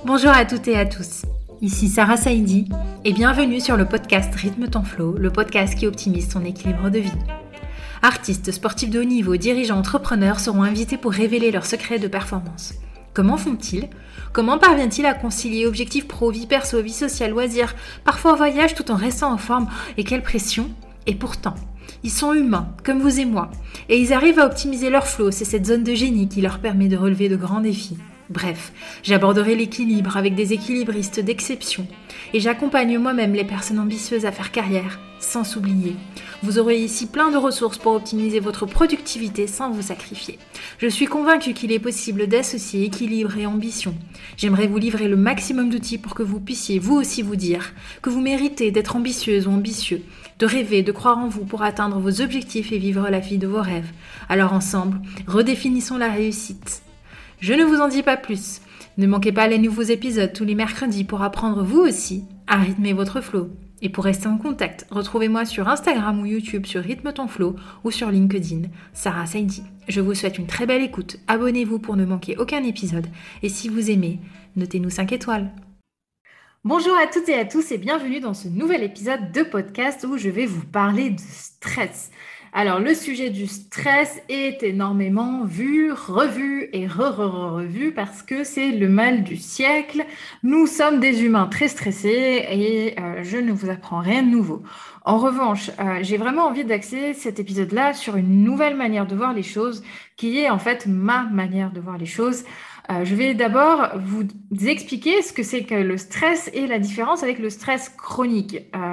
Bonjour à toutes et à tous, ici Sarah Saïdi et bienvenue sur le podcast Rythme ton flow, le podcast qui optimise ton équilibre de vie. Artistes, sportifs de haut niveau, dirigeants, entrepreneurs seront invités pour révéler leurs secrets de performance. Comment font-ils ? Comment parviennent-ils à concilier objectifs pro, vie perso, vie sociale, loisirs, parfois voyage tout en restant en forme ? Et quelle pression ? Et pourtant, ils sont humains, comme vous et moi, et ils arrivent à optimiser leur flow, c'est cette zone de génie qui leur permet de relever de grands défis. Bref, j'aborderai l'équilibre avec des équilibristes d'exception et j'accompagne moi-même les personnes ambitieuses à faire carrière, sans s'oublier. Vous aurez ici plein de ressources pour optimiser votre productivité sans vous sacrifier. Je suis convaincue qu'il est possible d'associer équilibre et ambition. J'aimerais vous livrer le maximum d'outils pour que vous puissiez vous aussi vous dire que vous méritez d'être ambitieuse ou ambitieux, de rêver, de croire en vous pour atteindre vos objectifs et vivre la vie de vos rêves. Alors ensemble, redéfinissons la réussite. Je ne vous en dis pas plus. Ne manquez pas les nouveaux épisodes tous les mercredis pour apprendre vous aussi à rythmer votre flow. Et pour rester en contact, retrouvez-moi sur Instagram ou YouTube sur Rythme ton flow ou sur LinkedIn, Sarah Saïdi. Je vous souhaite une très belle écoute. Abonnez-vous pour ne manquer aucun épisode. Et si vous aimez, notez-nous 5 étoiles. Bonjour à toutes et à tous et bienvenue dans ce nouvel épisode de podcast où je vais vous parler de stress. Alors, le sujet du stress est énormément vu, revu et revu parce que c'est le mal du siècle. Nous sommes des humains très stressés et je ne vous apprends rien de nouveau. En revanche, j'ai vraiment envie d'axer cet épisode-là sur une nouvelle manière de voir les choses qui est en fait ma manière de voir les choses. Je vais d'abord vous expliquer ce que c'est que le stress et la différence avec le stress chronique.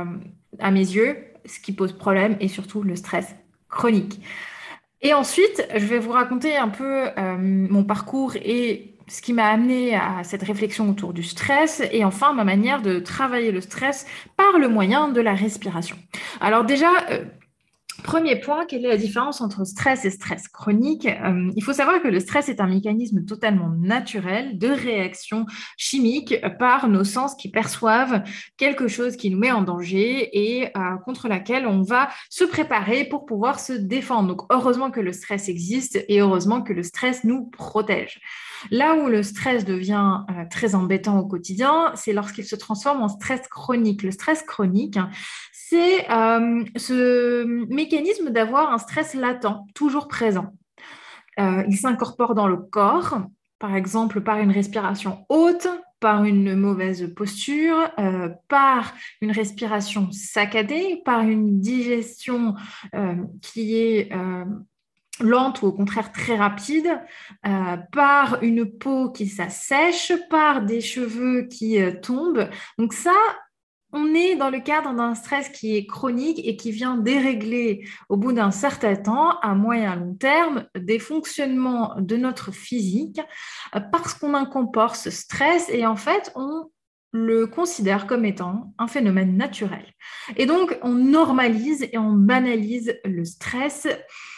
À mes yeux, ce qui pose problème est surtout le stress chronique. Et ensuite, je vais vous raconter un peu mon parcours et ce qui m'a amené à cette réflexion autour du stress et enfin ma manière de travailler le stress par le moyen de la respiration. Alors déjà, premier point, quelle est la différence entre stress et stress chronique ? Il faut savoir que le stress est un mécanisme totalement naturel de réaction chimique par nos sens qui perçoivent quelque chose qui nous met en danger et contre laquelle on va se préparer pour pouvoir se défendre. Donc heureusement que le stress existe et heureusement que le stress nous protège. Là où le stress devient très embêtant au quotidien, c'est lorsqu'il se transforme en stress chronique. Le stress chronique, c'est ce mécanisme d'avoir un stress latent, toujours présent. Il s'incorpore dans le corps, par exemple par une respiration haute, par une mauvaise posture, par une respiration saccadée, par une digestion qui est lente ou au contraire très rapide, par une peau qui s'assèche, par des cheveux qui tombent. Donc ça, on est dans le cadre d'un stress qui est chronique et qui vient dérégler au bout d'un certain temps, à moyen long terme, des fonctionnements de notre physique parce qu'on incorpore ce stress et en fait, on le considère comme étant un phénomène naturel. Et donc, on normalise et on banalise le stress.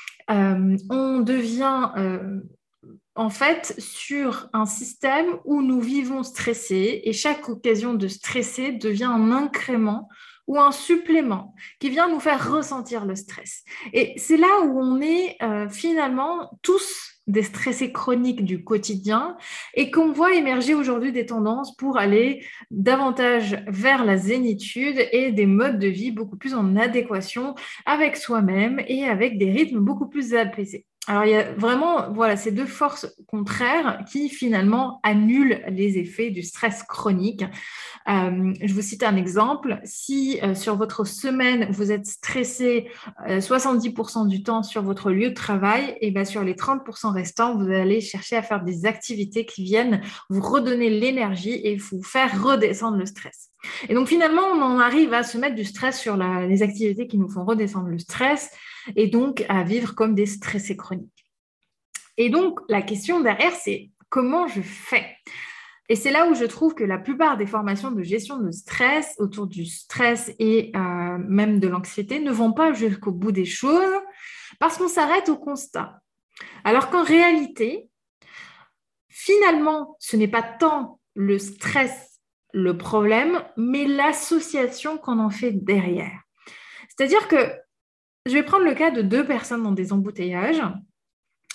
On devient en fait sur un système où nous vivons stressés et chaque occasion de stresser devient un incrément ou un supplément qui vient nous faire ressentir le stress. Et c'est là où on est finalement tous des stressés chroniques du quotidien et qu'on voit émerger aujourd'hui des tendances pour aller davantage vers la zénitude et des modes de vie beaucoup plus en adéquation avec soi-même et avec des rythmes beaucoup plus apaisés. Alors, il y a vraiment ces deux forces contraires qui finalement annulent les effets du stress chronique. Je vous cite un exemple. Si sur votre semaine, vous êtes stressé 70% du temps sur votre lieu de travail, et bien sur les 30% restants, vous allez chercher à faire des activités qui viennent vous redonner l'énergie et vous faire redescendre le stress. Et donc finalement, on en arrive à se mettre du stress sur les activités qui nous font redescendre le stress et donc à vivre comme des stressés chroniques. Et donc, la question derrière, c'est comment je fais ? Et c'est là où je trouve que la plupart des formations de gestion de stress, autour du stress et même de l'anxiété, ne vont pas jusqu'au bout des choses parce qu'on s'arrête au constat. Alors qu'en réalité, finalement, ce n'est pas tant le stress le problème, mais l'association qu'on en fait derrière. C'est-à-dire que je vais prendre le cas de deux personnes dans des embouteillages.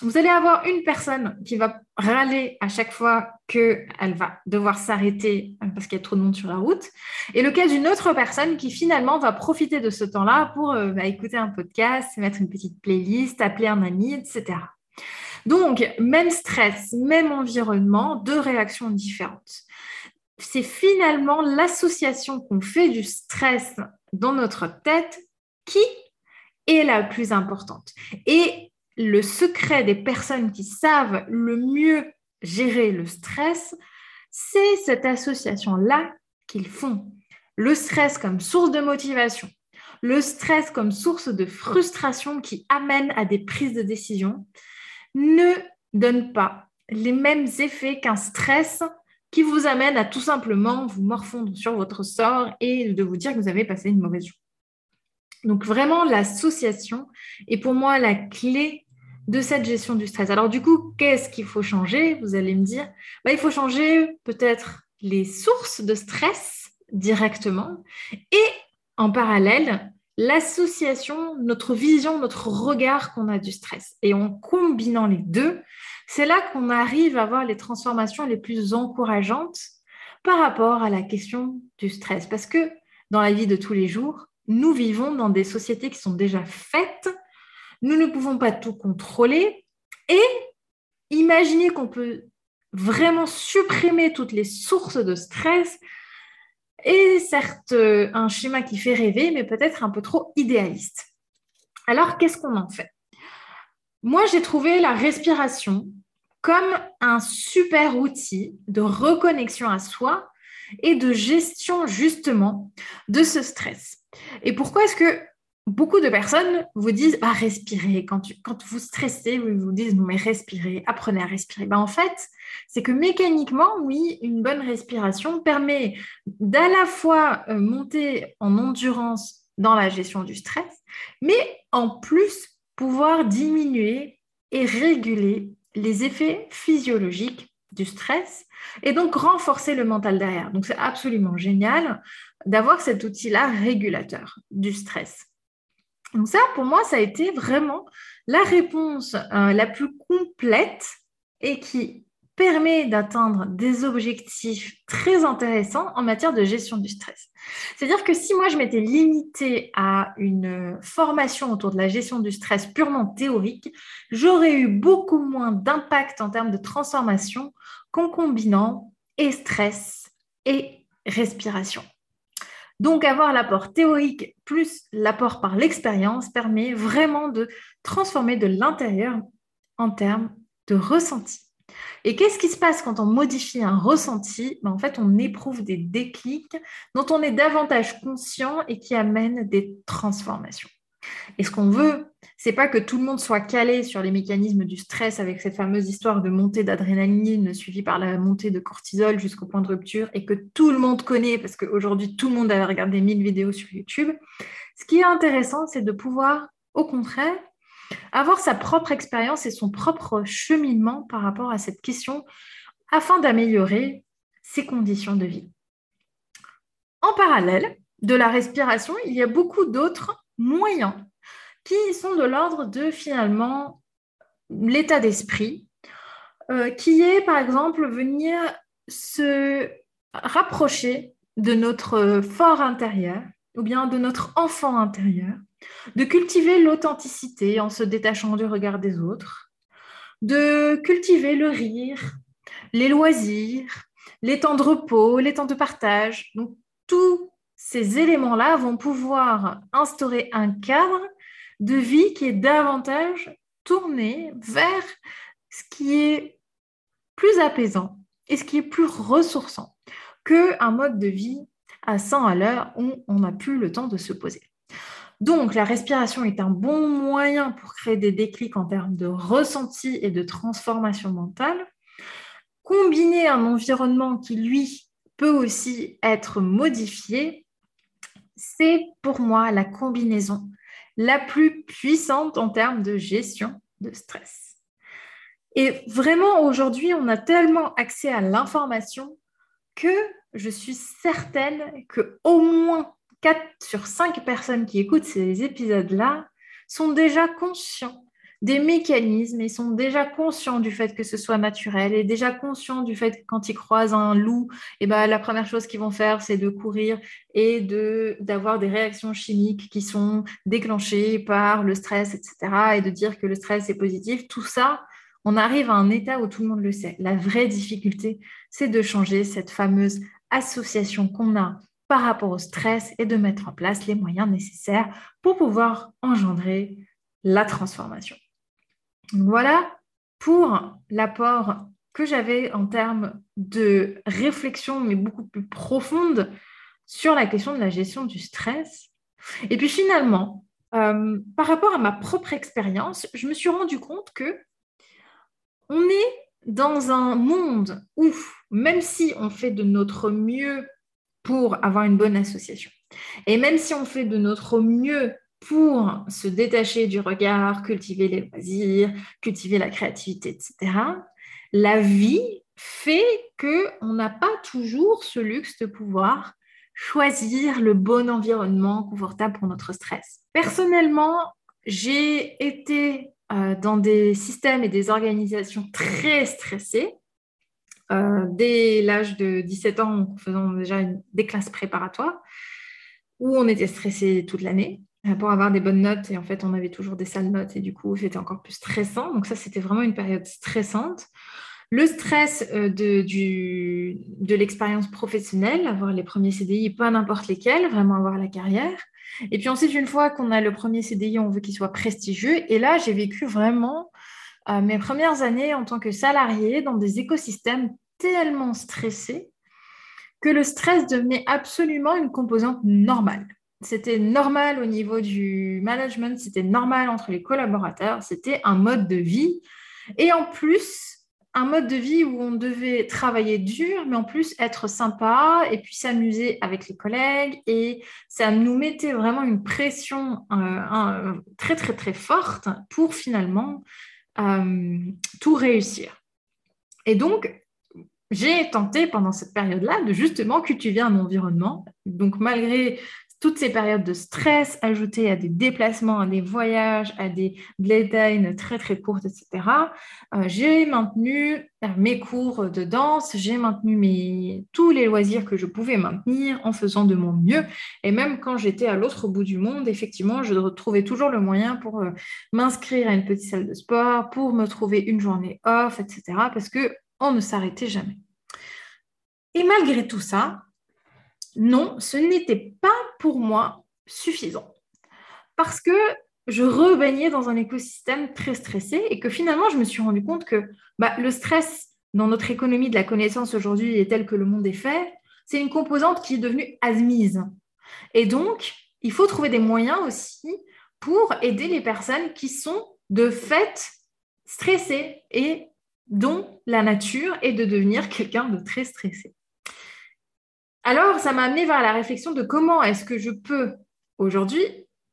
Vous allez avoir une personne qui va râler à chaque fois qu'elle va devoir s'arrêter parce qu'il y a trop de monde sur la route, et le cas d'une autre personne qui finalement va profiter de ce temps-là pour écouter un podcast, mettre une petite playlist, appeler un ami, etc. Donc, même stress, même environnement, deux réactions différentes. C'est finalement l'association qu'on fait du stress dans notre tête qui est la plus importante. Et le secret des personnes qui savent le mieux gérer le stress, c'est cette association-là qu'ils font. Le stress comme source de motivation, le stress comme source de frustration qui amène à des prises de décision, ne donne pas les mêmes effets qu'un stress qui vous amène à tout simplement vous morfondre sur votre sort et de vous dire que vous avez passé une mauvaise journée. Donc vraiment, l'association est pour moi la clé de cette gestion du stress. Alors du coup, qu'est-ce qu'il faut changer? Vous allez me dire, il faut changer peut-être les sources de stress directement et en parallèle, l'association, notre vision, notre regard qu'on a du stress. Et en combinant les deux, c'est là qu'on arrive à avoir les transformations les plus encourageantes par rapport à la question du stress. Parce que dans la vie de tous les jours, nous vivons dans des sociétés qui sont déjà faites. Nous ne pouvons pas tout contrôler. Et imaginez qu'on peut vraiment supprimer toutes les sources de stress est certes un schéma qui fait rêver, mais peut-être un peu trop idéaliste. Alors, qu'est-ce qu'on en fait? Moi, j'ai trouvé la respiration comme un super outil de reconnexion à soi et de gestion justement de ce stress. Et pourquoi est-ce que beaucoup de personnes vous disent respirez, quand vous stressez, ils vous disent non mais respirez, apprenez à respirer. En fait, c'est que mécaniquement, oui, une bonne respiration permet d'à la fois monter en endurance dans la gestion du stress, mais en plus pouvoir diminuer et réguler les effets physiologiques du stress et donc renforcer le mental derrière. Donc c'est absolument génial d'avoir cet outil-là régulateur du stress. Donc ça, pour moi, ça a été vraiment la réponse la plus complète et qui permet d'atteindre des objectifs très intéressants en matière de gestion du stress. C'est-à-dire que si moi, je m'étais limitée à une formation autour de la gestion du stress purement théorique, j'aurais eu beaucoup moins d'impact en termes de transformation qu'en combinant et stress et respiration. Donc, avoir l'apport théorique plus l'apport par l'expérience permet vraiment de transformer de l'intérieur en termes de ressenti. Et qu'est-ce qui se passe quand on modifie un ressenti? En fait, on éprouve des déclics dont on est davantage conscient et qui amènent des transformations. Et ce qu'on veut, c'est pas que tout le monde soit calé sur les mécanismes du stress avec cette fameuse histoire de montée d'adrénaline suivie par la montée de cortisol jusqu'au point de rupture et que tout le monde connaît parce qu'aujourd'hui, tout le monde a regardé 1000 vidéos sur YouTube. Ce qui est intéressant, c'est de pouvoir, au contraire, avoir sa propre expérience et son propre cheminement par rapport à cette question afin d'améliorer ses conditions de vie. En parallèle de la respiration, il y a beaucoup d'autres moyens qui sont de l'ordre de finalement l'état d'esprit, qui est par exemple venir se rapprocher de notre fort intérieur ou bien de notre enfant intérieur, de cultiver l'authenticité en se détachant du regard des autres, de cultiver le rire, les loisirs, les temps de repos, les temps de partage. Donc, tous ces éléments-là vont pouvoir instaurer un cadre de vie qui est davantage tourné vers ce qui est plus apaisant et ce qui est plus ressourçant qu'un mode de vie à 100 à l'heure où on n'a plus le temps de se poser. Donc, la respiration est un bon moyen pour créer des déclics en termes de ressenti et de transformation mentale. Combiner un environnement qui, lui, peut aussi être modifié, c'est pour moi la combinaison la plus puissante en termes de gestion de stress. Et vraiment, aujourd'hui, on a tellement accès à l'information que je suis certaine qu'au moins 4 sur 5 personnes qui écoutent ces épisodes-là sont déjà conscients des mécanismes et sont déjà conscients du fait que ce soit naturel et déjà conscients du fait que quand ils croisent un loup, et ben, la première chose qu'ils vont faire, c'est de courir et d'avoir des réactions chimiques qui sont déclenchées par le stress, etc. et de dire que le stress est positif. Tout ça, on arrive à un état où tout le monde le sait. La vraie difficulté, c'est de changer cette fameuse association qu'on a par rapport au stress et de mettre en place les moyens nécessaires pour pouvoir engendrer la transformation. Donc voilà pour l'apport que j'avais en termes de réflexion, mais beaucoup plus profonde sur la question de la gestion du stress. Et puis finalement, par rapport à ma propre expérience, je me suis rendu compte que on est dans un monde où, même si on fait de notre mieux pour avoir une bonne association, et même si on fait de notre mieux pour se détacher du regard, cultiver les loisirs, cultiver la créativité, etc., la vie fait qu'on n'a pas toujours ce luxe de pouvoir choisir le bon environnement confortable pour notre stress. Personnellement, j'ai été dans des systèmes et des organisations très stressées. Dès l'âge de 17 ans, en faisant déjà des classes préparatoires, où on était stressé toute l'année pour avoir des bonnes notes. Et en fait, on avait toujours des sales notes et du coup, c'était encore plus stressant. Donc ça, c'était vraiment une période stressante. Le stress de l'expérience professionnelle, avoir les premiers CDI, pas n'importe lesquels, vraiment avoir la carrière. Et puis ensuite, une fois qu'on a le premier CDI, on veut qu'il soit prestigieux. Et là, j'ai vécu vraiment mes premières années en tant que salariée dans des écosystèmes tellement stressés que le stress devenait absolument une composante normale. C'était normal au niveau du management, c'était normal entre les collaborateurs, c'était un mode de vie. Et en plus, un mode de vie où on devait travailler dur, mais en plus être sympa et puis s'amuser avec les collègues. Et ça nous mettait vraiment une pression très, très, très forte pour finalement tout réussir. Et donc, j'ai tenté pendant cette période-là de justement cultiver un environnement. Donc, malgré toutes ces périodes de stress ajoutées à des déplacements, à des voyages, à des deadlines très, très courtes, etc., j'ai maintenu mes cours de danse, j'ai maintenu tous les loisirs que je pouvais maintenir en faisant de mon mieux. Et même quand j'étais à l'autre bout du monde, effectivement, je retrouvais toujours le moyen pour m'inscrire à une petite salle de sport, pour me trouver une journée off, etc., parce qu'on ne s'arrêtait jamais. Et malgré tout ça, non, ce n'était pas pour moi suffisant. Parce que je rebaignais dans un écosystème très stressé et que finalement, je me suis rendu compte que le stress dans notre économie de la connaissance aujourd'hui et tel que le monde est fait, c'est une composante qui est devenue admise. Et donc, il faut trouver des moyens aussi pour aider les personnes qui sont de fait stressées et dont la nature est de devenir quelqu'un de très stressé. Alors, ça m'a amené vers la réflexion de comment est-ce que je peux aujourd'hui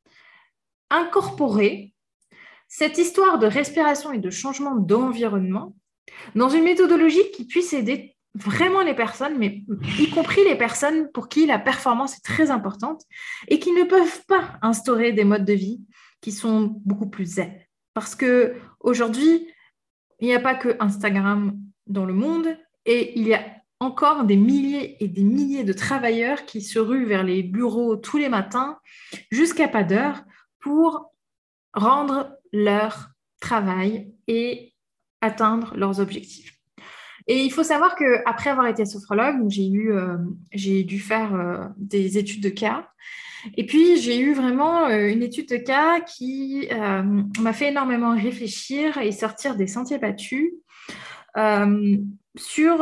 incorporer cette histoire de respiration et de changement d'environnement dans une méthodologie qui puisse aider vraiment les personnes, mais y compris les personnes pour qui la performance est très importante et qui ne peuvent pas instaurer des modes de vie qui sont beaucoup plus zen. Parce qu'aujourd'hui, il n'y a pas que Instagram dans le monde et il y a encore des milliers et des milliers de travailleurs qui se ruent vers les bureaux tous les matins jusqu'à pas d'heure pour rendre leur travail et atteindre leurs objectifs. Et il faut savoir qu'après avoir été sophrologue, j'ai dû faire des études de cas. Et puis, j'ai eu vraiment une étude de cas qui m'a fait énormément réfléchir et sortir des sentiers battus sur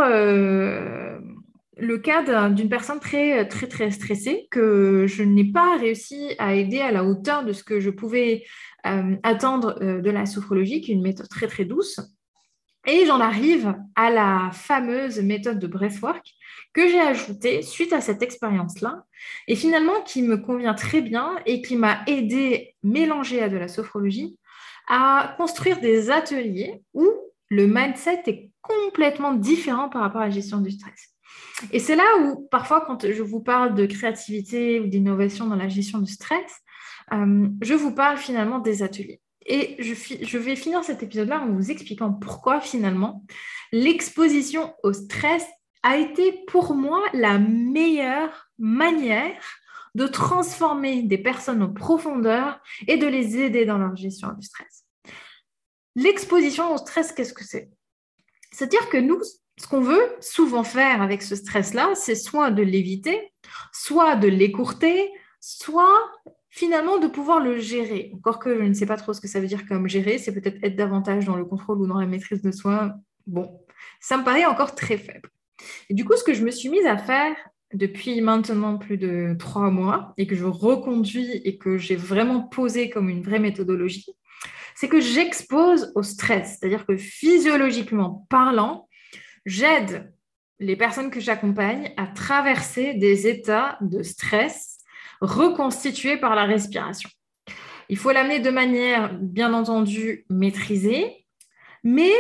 le cas d'une personne très, très, très stressée que je n'ai pas réussi à aider à la hauteur de ce que je pouvais attendre de la sophrologie, qui est une méthode très, très douce. Et j'en arrive à la fameuse méthode de breathwork que j'ai ajoutée suite à cette expérience-là et finalement qui me convient très bien et qui m'a aidée, mélangée à de la sophrologie, à construire des ateliers où le mindset est complètement différent par rapport à la gestion du stress. Et c'est là où, parfois, quand je vous parle de créativité ou d'innovation dans la gestion du stress, je vous parle finalement des ateliers. Et je vais finir cet épisode-là en vous expliquant pourquoi finalement l'exposition au stress a été pour moi la meilleure manière de transformer des personnes en profondeur et de les aider dans leur gestion du stress. L'exposition au stress, qu'est-ce que c'est? C'est-à-dire que nous, ce qu'on veut souvent faire avec ce stress-là, c'est soit de l'éviter, soit de l'écourter, soit finalement de pouvoir le gérer. Encore que je ne sais pas trop ce que ça veut dire comme gérer, c'est peut-être être davantage dans le contrôle ou dans la maîtrise de soi. Bon, ça me paraît encore très faible. Et du coup, ce que je me suis mise à faire depuis maintenant plus de 3 mois et que je reconduis et que j'ai vraiment posé comme une vraie méthodologie, c'est que j'expose au stress. C'est-à-dire que physiologiquement parlant, j'aide les personnes que j'accompagne à traverser des états de stress reconstitués par la respiration. Il faut l'amener de manière, bien entendu, maîtrisée, mais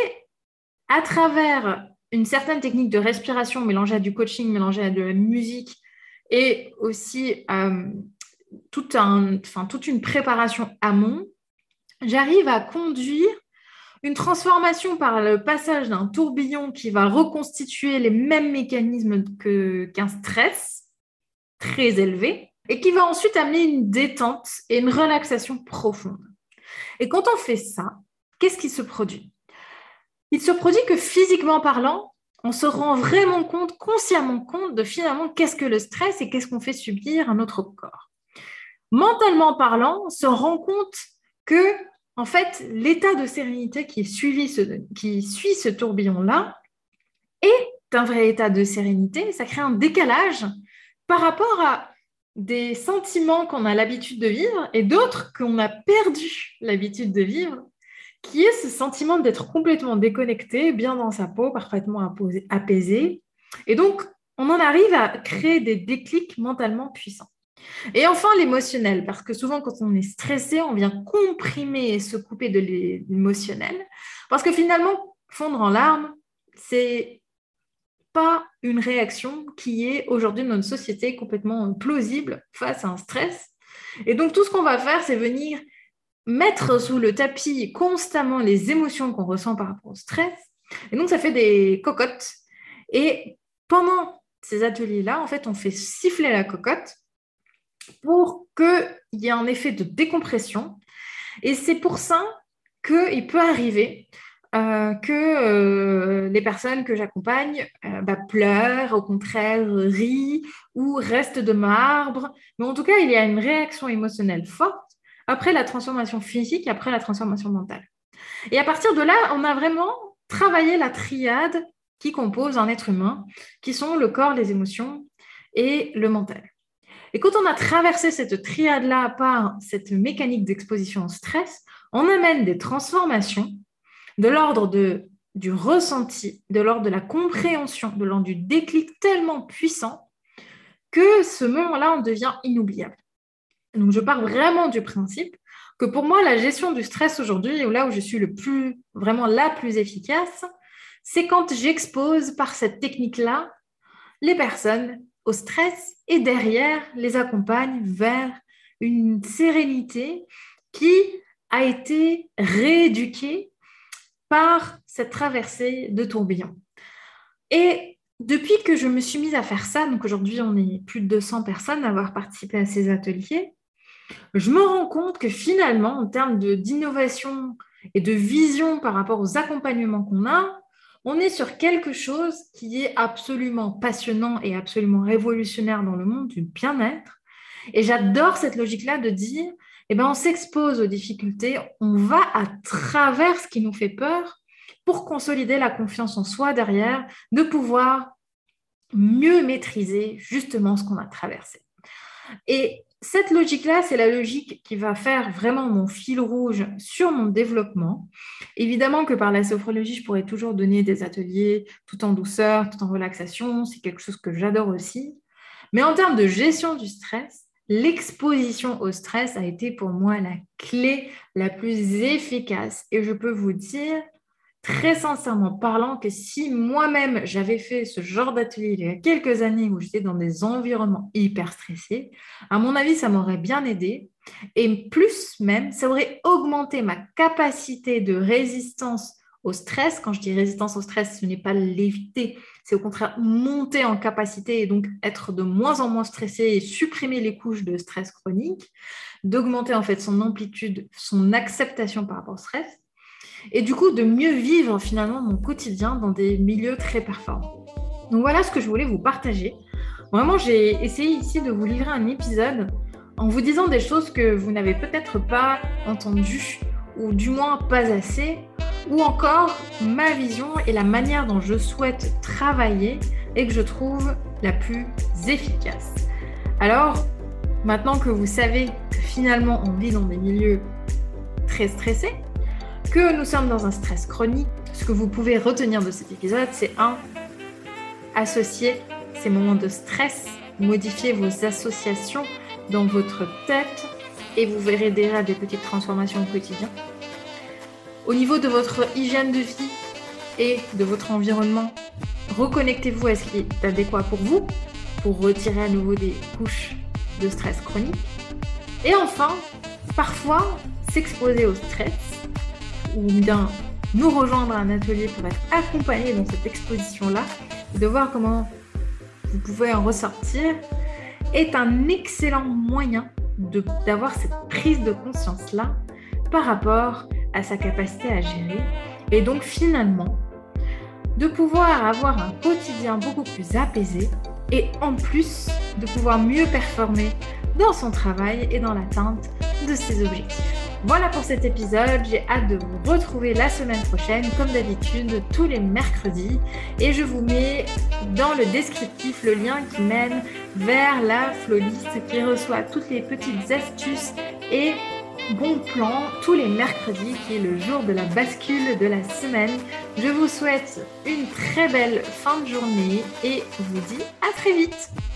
à travers une certaine technique de respiration mélangée à du coaching, mélangée à de la musique et aussi toute une préparation amont, j'arrive à conduire une transformation par le passage d'un tourbillon qui va reconstituer les mêmes mécanismes qu'un stress très élevé et qui va ensuite amener une détente et une relaxation profonde. Et quand on fait ça, qu'est-ce qui se produit? Il se produit que physiquement parlant, on se rend vraiment compte, consciemment compte de finalement qu'est-ce que le stress et qu'est-ce qu'on fait subir à notre corps. Mentalement parlant, on se rend compte que en fait, l'état de sérénité qui suit ce tourbillon-là est un vrai état de sérénité. Ça crée un décalage par rapport à des sentiments qu'on a l'habitude de vivre et d'autres qu'on a perdu l'habitude de vivre, qui est ce sentiment d'être complètement déconnecté, bien dans sa peau, parfaitement apaisé. Et donc, on en arrive à créer des déclics mentalement puissants. Et enfin, l'émotionnel, parce que souvent, quand on est stressé, on vient comprimer et se couper de l'émotionnel. Parce que finalement, fondre en larmes, c'est pas une réaction qui est aujourd'hui dans notre société complètement plausible face à un stress. Et donc, tout ce qu'on va faire, c'est venir mettre sous le tapis constamment les émotions qu'on ressent par rapport au stress. Et donc, ça fait des cocottes. Et pendant ces ateliers-là, en fait, on fait siffler la cocotte pour qu'il y ait un effet de décompression. Et c'est pour ça qu'il peut arriver que les personnes que j'accompagne pleurent, au contraire, rient ou restent de marbre. Mais en tout cas, il y a une réaction émotionnelle forte après la transformation physique, après la transformation mentale. Et à partir de là, on a vraiment travaillé la triade qui compose un être humain, qui sont le corps, les émotions et le mental. Et quand on a traversé cette triade-là par cette mécanique d'exposition au stress, on amène des transformations de l'ordre du ressenti, de l'ordre de la compréhension, de l'ordre du déclic tellement puissant que ce moment-là, on devient inoubliable. Donc, je pars vraiment du principe que pour moi, la gestion du stress aujourd'hui, là où je suis vraiment la plus efficace, c'est quand j'expose par cette technique-là les personnes au stress et derrière les accompagne vers une sérénité qui a été rééduquée par cette traversée de tourbillon. Et depuis que je me suis mise à faire ça, donc aujourd'hui on est plus de 200 personnes à avoir participé à ces ateliers, je me rends compte que finalement, en termes d'innovation et de vision par rapport aux accompagnements qu'on a, on est sur quelque chose qui est absolument passionnant et absolument révolutionnaire dans le monde du bien-être. Et j'adore cette logique-là de dire, on s'expose aux difficultés, on va à travers ce qui nous fait peur pour consolider la confiance en soi derrière, de pouvoir mieux maîtriser justement ce qu'on a traversé. Et cette logique-là, c'est la logique qui va faire vraiment mon fil rouge sur mon développement. Évidemment que par la sophrologie, je pourrais toujours donner des ateliers tout en douceur, tout en relaxation. C'est quelque chose que j'adore aussi. Mais en termes de gestion du stress, l'exposition au stress a été pour moi la clé la plus efficace. Et je peux vous dire, très sincèrement parlant, que si moi-même j'avais fait ce genre d'atelier il y a quelques années où j'étais dans des environnements hyper stressés, à mon avis, ça m'aurait bien aidé. Et plus même, ça aurait augmenté ma capacité de résistance au stress. Quand je dis résistance au stress, ce n'est pas l'éviter, c'est au contraire monter en capacité et donc être de moins en moins stressé et supprimer les couches de stress chronique, d'augmenter en fait son amplitude, son acceptation par rapport au stress et du coup de mieux vivre finalement mon quotidien dans des milieux très performants. Donc voilà ce que je voulais vous partager. Vraiment, j'ai essayé ici de vous livrer un épisode en vous disant des choses que vous n'avez peut-être pas entendues ou du moins pas assez, ou encore ma vision et la manière dont je souhaite travailler et que je trouve la plus efficace. Alors, maintenant que vous savez que finalement on vit dans des milieux très stressés, que nous sommes dans un stress chronique, ce que vous pouvez retenir de cet épisode, c'est associer ces moments de stress, modifier vos associations dans votre tête et vous verrez déjà des petites transformations au quotidien. Au niveau de votre hygiène de vie et de votre environnement, reconnectez-vous à ce qui est adéquat pour vous, pour retirer à nouveau des couches de stress chronique. Et enfin, parfois, s'exposer au stress ou bien nous rejoindre à un atelier pour être accompagné dans cette exposition-là, de voir comment vous pouvez en ressortir, est un excellent moyen d'avoir cette prise de conscience-là par rapport à sa capacité à gérer et donc finalement de pouvoir avoir un quotidien beaucoup plus apaisé et en plus de pouvoir mieux performer dans son travail et dans l'atteinte de ses objectifs. Voilà pour cet épisode, j'ai hâte de vous retrouver la semaine prochaine, comme d'habitude, tous les mercredis. Et je vous mets dans le descriptif le lien qui mène vers la flowlist qui reçoit toutes les petites astuces et bons plans tous les mercredis, qui est le jour de la bascule de la semaine. Je vous souhaite une très belle fin de journée et vous dis à très vite.